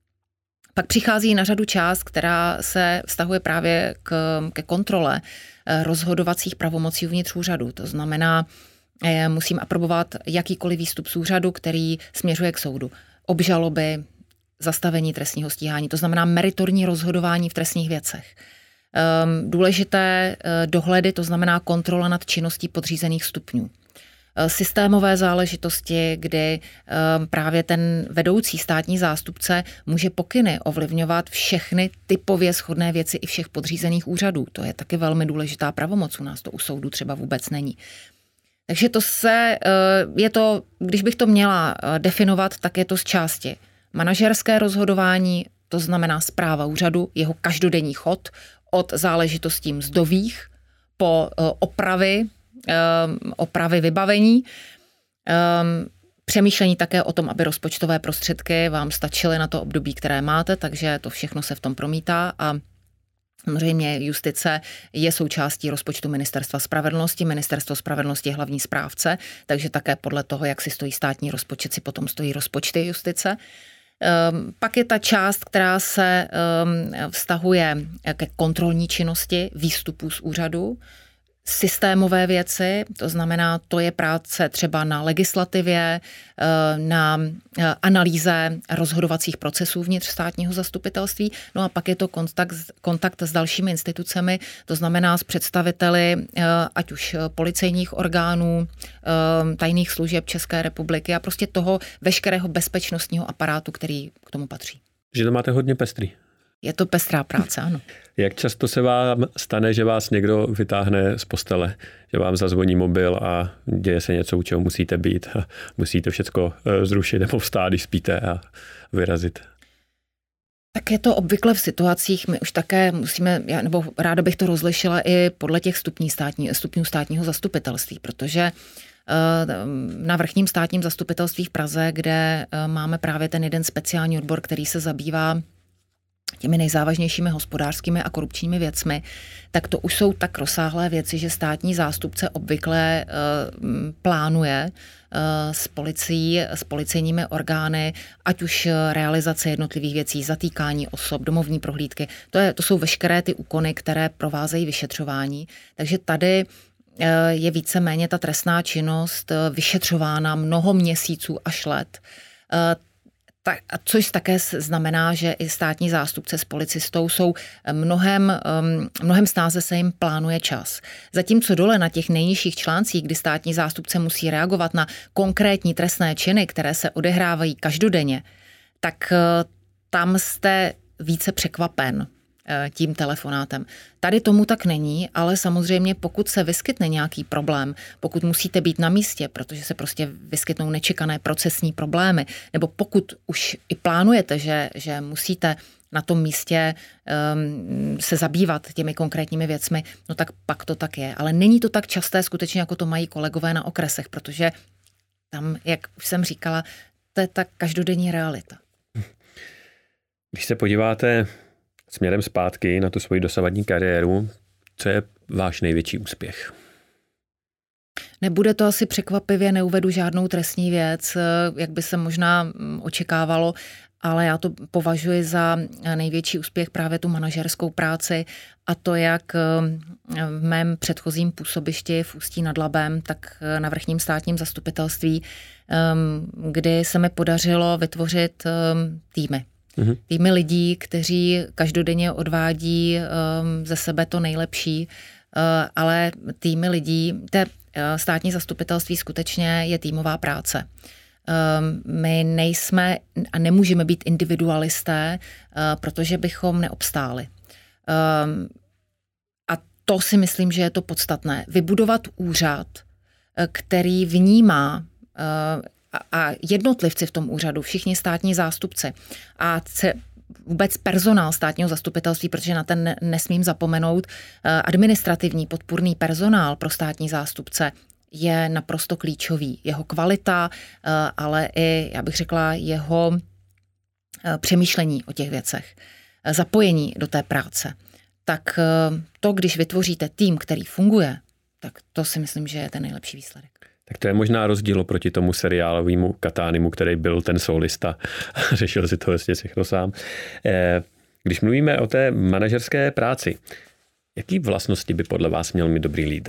Pak přichází na řadu část, která se vztahuje právě k, ke kontrole rozhodovacích pravomocí uvnitř úřadu. To znamená, musím aprobovat jakýkoliv výstup z úřadu, který směřuje k soudu. Obžaloby, zastavení trestního stíhání, to znamená meritorní rozhodování v trestních věcech. Důležité dohledy, to znamená kontrola nad činností podřízených stupňů. Systémové záležitosti, kdy právě ten vedoucí státní zástupce může pokyny ovlivňovat všechny typově shodné věci i všech podřízených úřadů. To je taky velmi důležitá pravomoc, u nás to u soudu třeba vůbec není. Takže to se, je to, když bych to měla definovat, tak je to z části manažerské rozhodování, to znamená správa úřadu, jeho každodenní chod, od záležitostí mzdových po opravy, opravy vybavení Um, Přemýšlení také o tom, aby rozpočtové prostředky vám stačily na to období, které máte, takže to všechno se v tom promítá a samozřejmě justice je součástí rozpočtu Ministerstva spravedlnosti. Ministerstvo spravedlnosti je hlavní správce, takže také podle toho, jak si stojí státní rozpočet, si potom stojí rozpočty justice. Um, pak je ta část, která se um, vztahuje ke kontrolní činnosti výstupů z úřadu, systémové věci, to znamená, to je práce třeba na legislativě, na analýze rozhodovacích procesů vnitř státního zastupitelství, no a pak je to kontakt, kontakt s dalšími institucemi, to znamená s představiteli ať už policejních orgánů, tajných služeb České republiky a prostě toho veškerého bezpečnostního aparátu, který k tomu patří. Že to máte hodně pestrý. Je to pestrá práce, ano. Jak často se vám stane, že vás někdo vytáhne z postele, že vám zazvoní mobil a děje se něco, u čeho musíte být a musíte všechno zrušit nebo vstát, když spíte a vyrazit? Tak je to obvykle v situacích, my už také musíme, nebo ráda bych to rozlišila i podle těch stupní státní, stupňů státního zastupitelství, protože na vrchním státním zastupitelství v Praze, kde máme právě ten jeden speciální odbor, který se zabývá těmi nejzávažnějšími hospodářskými a korupčními věcmi, tak to už jsou tak rozsáhlé věci, že státní zástupce obvykle uh, plánuje uh, s policií, s policejními orgány, ať už realizace jednotlivých věcí, zatýkání osob, domovní prohlídky. To, je, to jsou veškeré ty úkony, které provázejí vyšetřování. Takže tady uh, je víceméně ta trestná činnost uh, vyšetřována mnoho měsíců až let. Uh, Tak, což také znamená, že i státní zástupce s policistou jsou mnohem, mnohem snáze se jim plánuje čas. Zatímco dole na těch nejnižších článcích, kdy státní zástupce musí reagovat na konkrétní trestné činy, které se odehrávají každodenně, tak tam jste více překvapen tím telefonátem. Tady tomu tak není, ale samozřejmě pokud se vyskytne nějaký problém, pokud musíte být na místě, protože se prostě vyskytnou nečekané procesní problémy, nebo pokud už i plánujete, že, že musíte na tom místě um, se zabývat těmi konkrétními věcmi, no tak pak to tak je. Ale není to tak časté skutečně, jako to mají kolegové na okresech, protože tam, jak už jsem říkala, to je ta každodenní realita. Když se podíváte směrem zpátky na tu svoji dosavadní kariéru, co je váš největší úspěch? Nebude to asi překvapivě, neuvedu žádnou trestní věc, jak by se možná očekávalo, ale já to považuji za největší úspěch právě tu manažerskou práci a to jak v mém předchozím působišti v Ústí nad Labem, tak na vrchním státním zastupitelství, kdy se mi podařilo vytvořit týmy. Uhum. Týmy lidí, kteří každodenně odvádí um, ze sebe to nejlepší, uh, ale týmy lidí, te, uh, státní zastupitelství skutečně je týmová práce. Um, my nejsme a nemůžeme být individualisté, uh, protože bychom neobstáli. Um, a to si myslím, že je to podstatné. Vybudovat úřad, který vnímá uh, a jednotlivci v tom úřadu, všichni státní zástupci a ce, vůbec personál státního zastupitelství, protože na ten nesmím zapomenout, administrativní podpůrný personál pro státní zástupce je naprosto klíčový. Jeho kvalita, ale i, já bych řekla, jeho přemýšlení o těch věcech, zapojení do té práce. Tak to, když vytvoříte tým, který funguje, tak to si myslím, že je ten nejlepší výsledek. Tak to je možná rozdíl proti tomu seriálovému Katánimu, který byl ten solista a řešil si to vlastně všechno sám. Když mluvíme o té manažerské práci, jaký vlastnosti by podle vás měl mít dobrý lídr?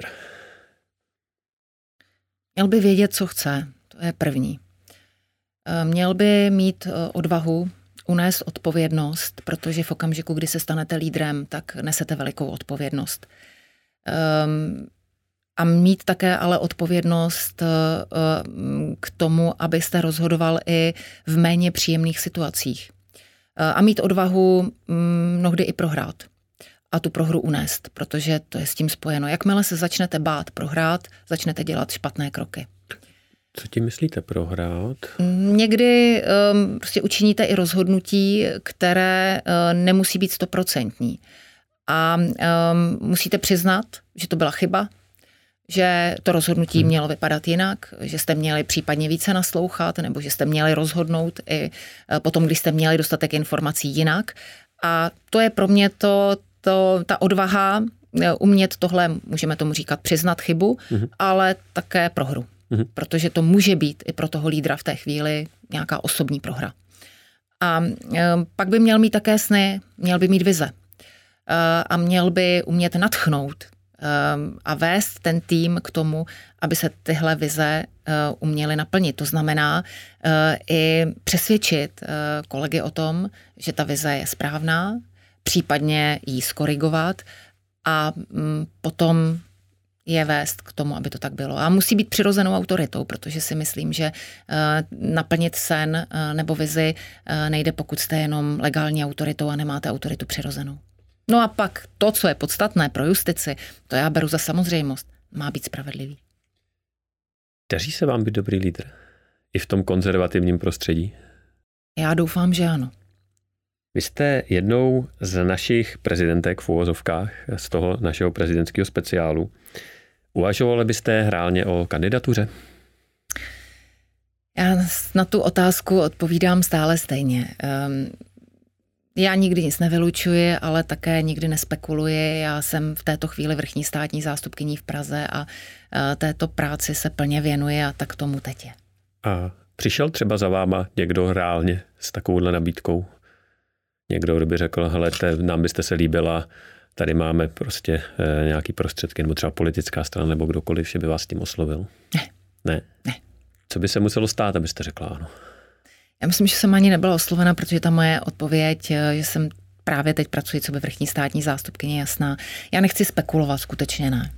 Měl by vědět, co chce. To je první. Měl by mít odvahu unést odpovědnost, protože v okamžiku, kdy se stanete lídrem, tak nesete velikou odpovědnost. Um, A mít také ale odpovědnost k tomu, abyste rozhodoval i v méně příjemných situacích. A mít odvahu mnohdy i prohrát. A tu prohru unést, protože to je s tím spojeno. Jakmile se začnete bát prohrát, začnete dělat špatné kroky. Co tím myslíte prohrát? Někdy um, prostě učiníte i rozhodnutí, které uh, nemusí být stoprocentní. A um, musíte přiznat, že to byla chyba, že to rozhodnutí hmm. mělo vypadat jinak, že jste měli případně více naslouchat, nebo že jste měli rozhodnout i potom, když jste měli dostatek informací jinak. A to je pro mě to, to ta odvaha umět tohle, můžeme tomu říkat, přiznat chybu, hmm. ale také prohru. Hmm. Protože to může být i pro toho lídra v té chvíli nějaká osobní prohra. A pak by měl mít také sny, měl by mít vize. A měl by umět nadchnout a vést ten tým k tomu, aby se tyhle vize uměly naplnit. To znamená i přesvědčit kolegy o tom, že ta vize je správná, případně ji skorigovat a potom je vést k tomu, aby to tak bylo. A musí být přirozenou autoritou, protože si myslím, že naplnit sen nebo vizi nejde, pokud jste jenom legální autoritou a nemáte autoritu přirozenou. No a pak to, co je podstatné pro justici, to já beru za samozřejmost, má být spravedlivý. Daří se vám být dobrý lídr? I v tom konzervativním prostředí? Já doufám, že ano. Vy jste jednou z našich prezidentek v uvozovkách, z toho našeho prezidentského speciálu. Uvažovali byste reálně o kandidatuře? Já na tu otázku odpovídám stále stejně. Já nikdy nic nevylučuji, ale také nikdy nespekuluji. Já jsem v této chvíli vrchní státní zástupkyní v Praze a této práci se plně věnuji a tak tomu teď je. A přišel třeba za váma někdo reálně s takovouhle nabídkou? Někdo, kdo by řekl, hele, nám byste se líbila, tady máme prostě e, nějaký prostředky, nebo třeba politická strana, nebo kdokoliv, že by vás tím oslovil? Ne. Ne? Ne. Co by se muselo stát, abyste řekla ano? Já myslím, že jsem ani nebyla oslovena, protože ta moje odpověď, že jsem právě teď pracuji co by vrchní státní zástupkyně, jasná. Já nechci spekulovat, skutečně ne.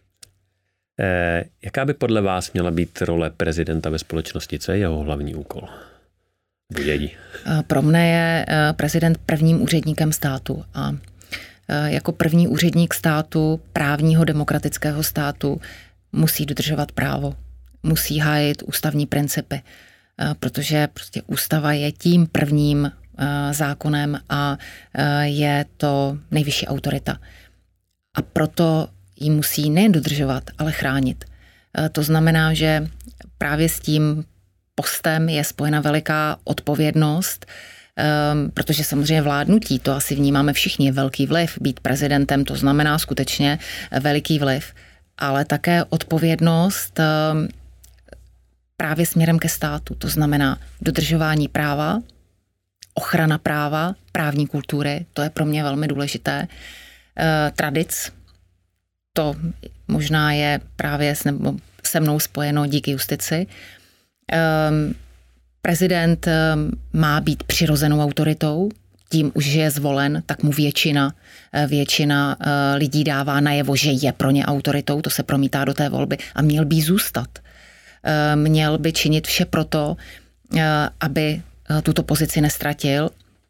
E, jaká by podle vás měla být role prezidenta ve společnosti? Co je jeho hlavní úkol? Její. Pro mne je prezident prvním úředníkem státu a jako první úředník státu, právního demokratického státu, musí dodržovat právo, musí hájit ústavní principy, protože prostě ústava je tím prvním zákonem a je to nejvyšší autorita. A proto ji musí nejen dodržovat, ale chránit. To znamená, že právě s tím postem je spojena veliká odpovědnost, um, protože samozřejmě vládnutí, to asi vnímáme všichni, je velký vliv. Být prezidentem, to znamená skutečně veliký vliv, ale také odpovědnost um, právě směrem ke státu, to znamená dodržování práva, ochrana práva, právní kultury, to je pro mě velmi důležité, uh, tradic, to možná je právě s, nebo se mnou spojeno díky justici. Um, prezident um, má být přirozenou autoritou, tím už, že je zvolen, tak mu většina, většina uh, lidí dává najevo, že je pro ně autoritou, to se promítá do té volby a měl by zůstat. Uh, měl by činit vše proto, uh, aby uh, tuto pozici nestratil.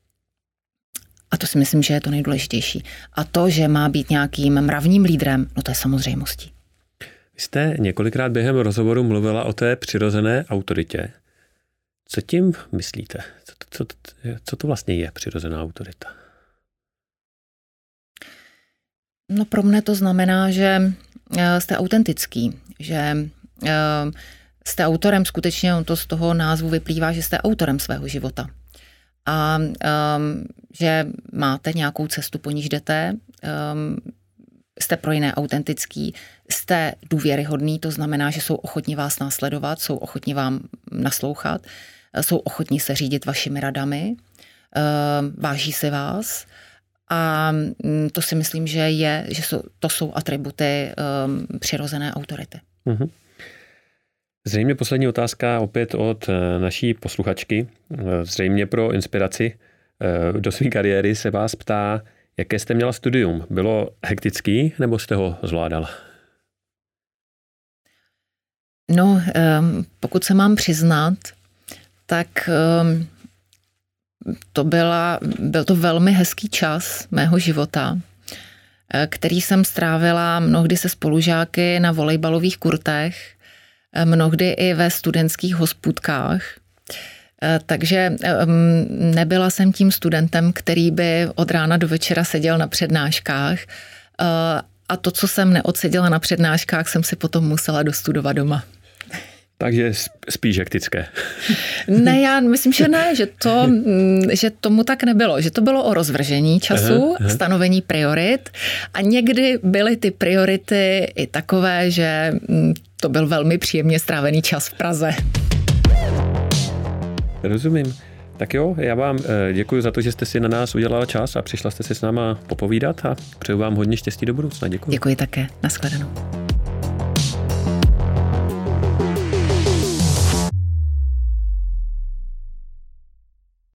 A to si myslím, že je to nejdůležitější. A to, že má být nějakým mravním lídrem, no to je samozřejmostí. Vy jste několikrát během rozhovoru mluvila o té přirozené autoritě. Co tím myslíte? Co, co, co to vlastně je přirozená autorita? No pro mne to znamená, že jste autentický, že jste autorem, skutečně on to z toho názvu vyplývá, že jste autorem svého života. A um, že máte nějakou cestu, po níž jdete, um, jste pro jiné autentický, jste důvěryhodný, to znamená, že jsou ochotni vás následovat, jsou ochotni vám naslouchat, jsou ochotni se řídit vašimi radami, váží si vás a to si myslím, že, je, že jsou, to jsou atributy přirozené autority. Mm-hmm. Zřejmě poslední otázka opět od naší posluchačky. Zřejmě pro inspiraci do své kariéry se vás ptá, jaké jste měla studium? Bylo hektický, nebo jste ho zvládala? No, pokud se mám přiznat, tak to byla, byl to velmi hezký čas mého života, který jsem strávila mnohdy se spolužáky na volejbalových kurtech, mnohdy i ve studentských hospůdkách. Takže nebyla jsem tím studentem, který by od rána do večera seděl na přednáškách, a to, co jsem neodseděla na přednáškách, jsem si potom musela dostudovat doma. Takže spíš hektické. Ne, já myslím, že ne, že, to, že tomu tak nebylo. Že to bylo o rozvržení času, aha, aha. stanovení priorit a někdy byly ty priority i takové, že to byl velmi příjemně strávený čas v Praze. Rozumím. Tak jo, já vám děkuji za to, že jste si na nás udělala čas a přišla jste si s náma popovídat a přeju vám hodně štěstí do budoucna. Děkuji. Děkuji také. Nashledanou.